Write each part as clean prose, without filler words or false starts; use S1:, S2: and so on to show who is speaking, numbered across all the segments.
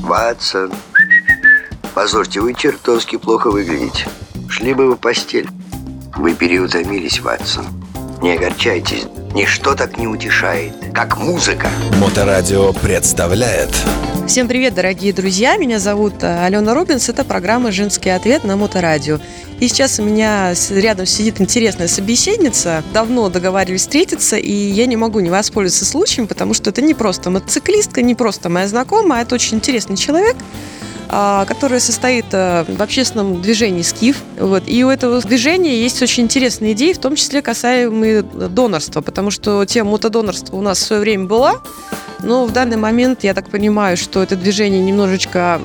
S1: Ватсон, послушайте, вы чертовски плохо выглядите. Шли бы вы в постель. Вы переутомились, Ватсон. Не огорчайтесь, ничто так не утешает, как музыка.
S2: Моторадио представляет.
S3: Всем привет, дорогие друзья, меня зовут Алена Рубинс, это программа «Женский ответ» на Моторадио. И сейчас у меня рядом сидит интересная собеседница, давно договаривались встретиться, и я не могу не воспользоваться случаем, потому что это не просто мотоциклистка, не просто моя знакомая, а это очень интересный человек, который состоит в общественном движении «Скиф». Вот. И у этого движения есть очень интересные идеи, в том числе касаемые донорства, потому что тема мотодонорства у нас в свое время была, но в данный момент я так понимаю, что это движение немножечко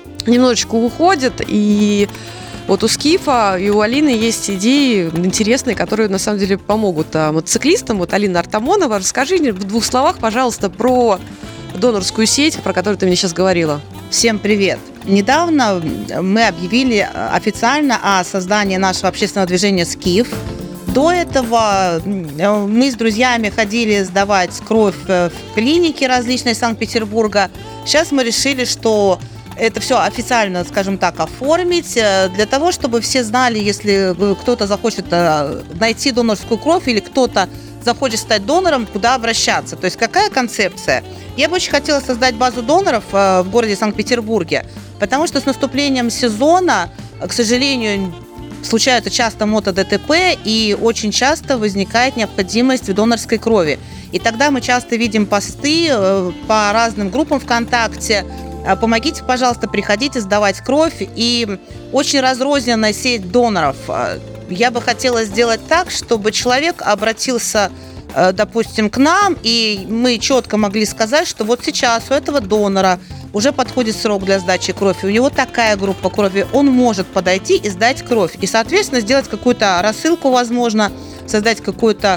S3: уходит, и вот у Скифа и у Алины есть идеи интересные, которые на самом деле помогут мотоциклистам. Вот Алина Артамонова, расскажи в 2 словах, пожалуйста, про донорскую сеть, про которую ты мне сейчас говорила.
S4: Всем привет! Недавно мы объявили официально о создании нашего общественного движения «Скиф». До этого мы с друзьями ходили сдавать кровь в клинике различные Санкт-Петербурга. Сейчас мы решили, что это все официально, скажем так, оформить, для того, чтобы все знали, если кто-то захочет найти донорскую кровь или кто-то захочет стать донором, куда обращаться. То есть какая концепция? Я бы очень хотела создать базу доноров в городе Санкт-Петербурге, потому что с наступлением сезона, к сожалению, случаются часто мото-ДТП, и очень часто возникает необходимость в донорской крови. И тогда мы часто видим посты по разным группам ВКонтакте: помогите, пожалуйста, приходите сдавать кровь. И очень разрозненная сеть доноров. Я бы хотела сделать так, чтобы человек обратился, допустим, к нам, и мы четко могли сказать, что вот сейчас у этого донора уже подходит срок для сдачи крови, у него такая группа крови, он может подойти и сдать кровь. И, соответственно, сделать какую-то рассылку, возможно, создать какой-то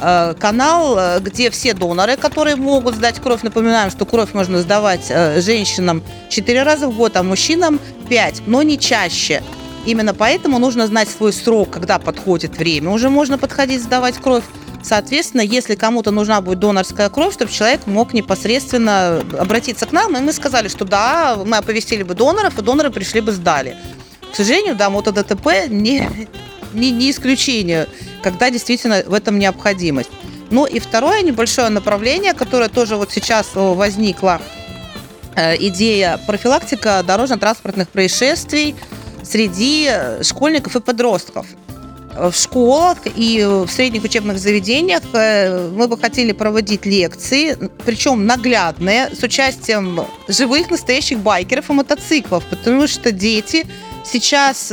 S4: канал, где все доноры, которые могут сдать кровь, напоминаем, что кровь можно сдавать женщинам 4 раза в год, а мужчинам 5, но не чаще. Именно поэтому нужно знать свой срок, когда подходит время, уже можно подходить сдавать кровь. Соответственно, если кому-то нужна будет донорская кровь, чтобы человек мог непосредственно обратиться к нам, и мы сказали, что да, мы оповестили бы доноров, и доноры пришли бы, сдали. К сожалению, да, мото-ДТП не исключение, когда действительно в этом необходимость. Ну и второе небольшое направление, которое тоже вот сейчас возникло, идея профилактика дорожно-транспортных происшествий среди школьников и подростков. В школах и в средних учебных заведениях мы бы хотели проводить лекции, причем наглядные, с участием живых настоящих байкеров и мотоциклов, потому что дети сейчас,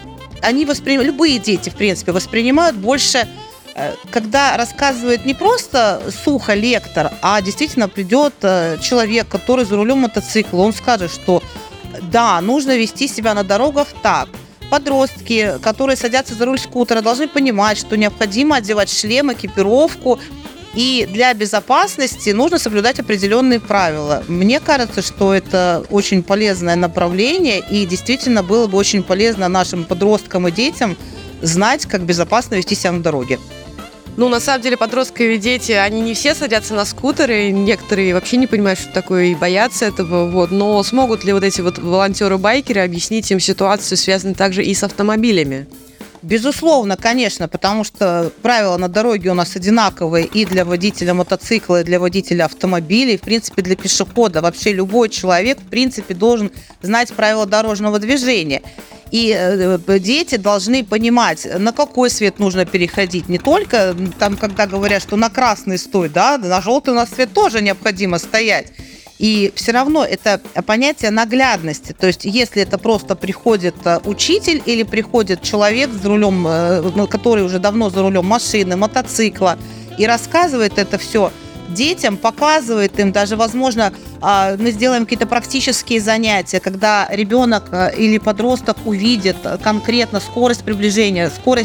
S4: любые дети, в принципе, воспринимают больше, когда рассказывает не просто сухо лектор, а действительно придет человек, который за рулем мотоцикла, он скажет, что да, нужно вести себя на дорогах так. Подростки, которые садятся за руль скутера, должны понимать, что необходимо одевать шлем, экипировку, и для безопасности нужно соблюдать определенные правила. Мне кажется, что это очень полезное направление, и действительно было бы очень полезно нашим подросткам и детям знать, как безопасно вести себя на дороге.
S3: Ну, на самом деле, подростки и дети, они не все садятся на скутеры, некоторые вообще не понимают, что такое, и боятся этого, вот. Но смогут ли вот эти вот волонтеры-байкеры объяснить им ситуацию, связанную также и с автомобилями?
S4: Безусловно, конечно, потому что правила на дороге у нас одинаковые и для водителя мотоцикла, и для водителя автомобиля, и, в принципе, для пешехода. Вообще любой человек, в принципе, должен знать правила дорожного движения. И дети должны понимать, на какой свет нужно переходить. Не только там, когда говорят, что на красный стой, да, на желтый у нас свет тоже необходимо стоять. И все равно это понятие наглядности. То есть если это просто приходит учитель или приходит человек за рулем, который уже давно за рулем машины, мотоцикла, и рассказывает это все детям, показывает им, даже, возможно, мы сделаем какие-то практические занятия, когда ребенок или подросток увидит конкретно скорость приближения, скорость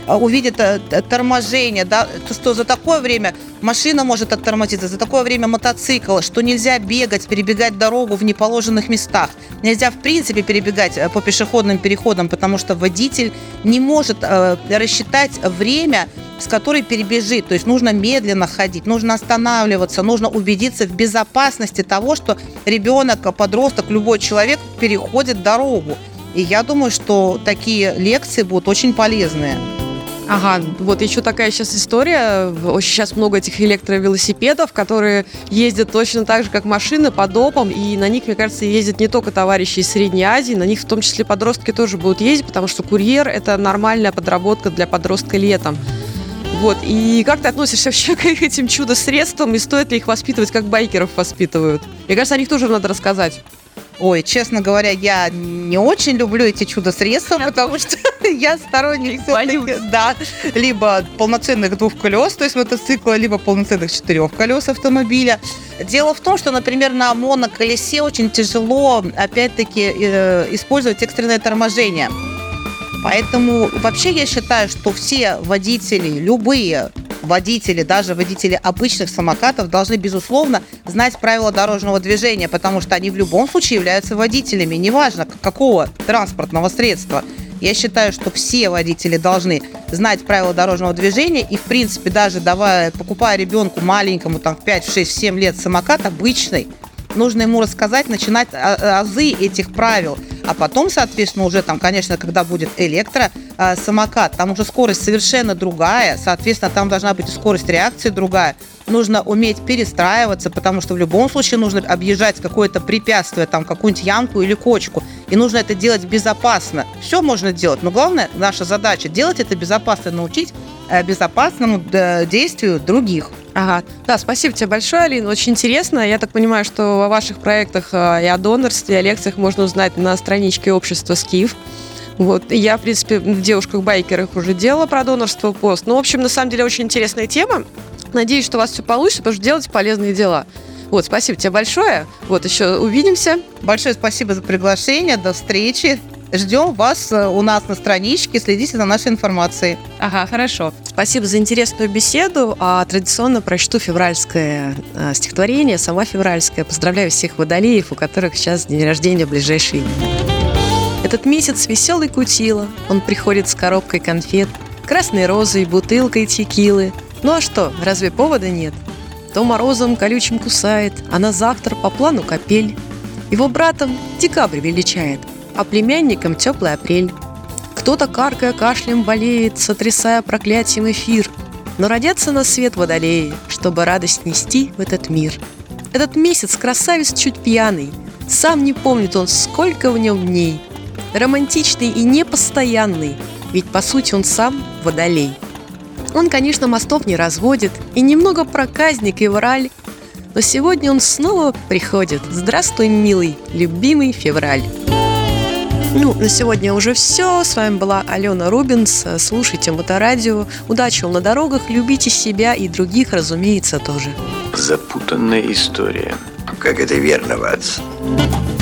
S4: увидит торможение, да, что за такое время машина может оттормозиться, за такое время мотоцикл, что нельзя бегать, перебегать дорогу в неположенных местах. Нельзя, в принципе, перебегать по пешеходным переходам, потому что водитель не может рассчитать время, с которой перебежит. То есть нужно медленно ходить, нужно останавливаться, нужно убедиться в безопасности того, что ребенок, подросток, любой человек переходит дорогу. И я думаю, что такие лекции будут очень полезные.
S3: Ага, вот еще такая сейчас история. Очень сейчас много этих электровелосипедов, которые ездят точно так же, как машины, по допам. И на них, мне кажется, ездят не только товарищи из Средней Азии, на них в том числе подростки тоже будут ездить, потому что курьер – это нормальная подработка для подростка летом. Вот, и как ты относишься вообще к этим чудо-средствам, и стоит ли их воспитывать, как байкеров воспитывают? Мне кажется, о них тоже надо рассказать.
S4: Ой, честно говоря, я не очень люблю эти чудо-средства, потому что я сторонник все-таки, да, либо полноценных 2 колес, то есть мотоцикла, либо полноценных 4 колес автомобиля. Дело в том, что, например, на моноколесе очень тяжело, опять-таки, использовать экстренное торможение. Поэтому вообще я считаю, что все водители, любые водители, даже водители обычных самокатов должны, безусловно, знать правила дорожного движения, потому что они в любом случае являются водителями, неважно какого транспортного средства. Я считаю, что все водители должны знать правила дорожного движения и, в принципе, даже покупая ребенку маленькому, там, 5, 6, 7 лет самокат обычный, нужно ему рассказать, начинать азы этих правил. А потом, соответственно, уже там, конечно, когда будет электросамокат, там уже скорость совершенно другая, соответственно, там должна быть и скорость реакции другая. Нужно уметь перестраиваться, потому что в любом случае нужно объезжать какое-то препятствие, там какую-нибудь ямку или кочку. И нужно это делать безопасно. Все можно делать, но главное, наша задача делать это безопасно, научить безопасному действию других.
S3: Ага, да, спасибо тебе большое, Алина, очень интересно. Я так понимаю, что о ваших проектах и о донорстве, и о лекциях можно узнать на страничке общества «Скиф». Вот, и я, в принципе, в девушках-байкерах уже делала про донорство пост. Ну, в общем, на самом деле, очень интересная тема. Надеюсь, что у вас все получится, потому что делайте полезные дела. Вот, спасибо тебе большое. Вот, еще увидимся.
S4: Большое спасибо за приглашение. До встречи. Ждем вас у нас на страничке. Следите за нашей информацией.
S3: Ага, хорошо. Спасибо за интересную беседу. Традиционно прочту февральское стихотворение. Сама февральская. Поздравляю всех водолеев, у которых сейчас день рождения ближайшие дни. Этот месяц веселый кутила. Он приходит с коробкой конфет, красной розой, бутылкой текилы. Ну а что, разве повода нет? То морозом колючим кусает, а на завтра по плану капель. Его братом декабрь величает, а племянником теплый апрель. Кто-то, каркая кашлем, болеет, сотрясая проклятием эфир. Но родятся на свет водолеи, чтобы радость нести в этот мир. Этот месяц красавец чуть пьяный, сам не помнит он, сколько в нем дней. Романтичный и непостоянный, ведь по сути он сам водолей. Он, конечно, мостов не разводит и немного проказник и враль, но сегодня он снова приходит. Здравствуй, милый, любимый февраль. Ну, на сегодня уже все. С вами была Алена Рубинс. Слушайте Моторадио. Удачи вам на дорогах, любите себя и других, разумеется, тоже.
S5: Запутанная история.
S1: Как это верно, Ватсон.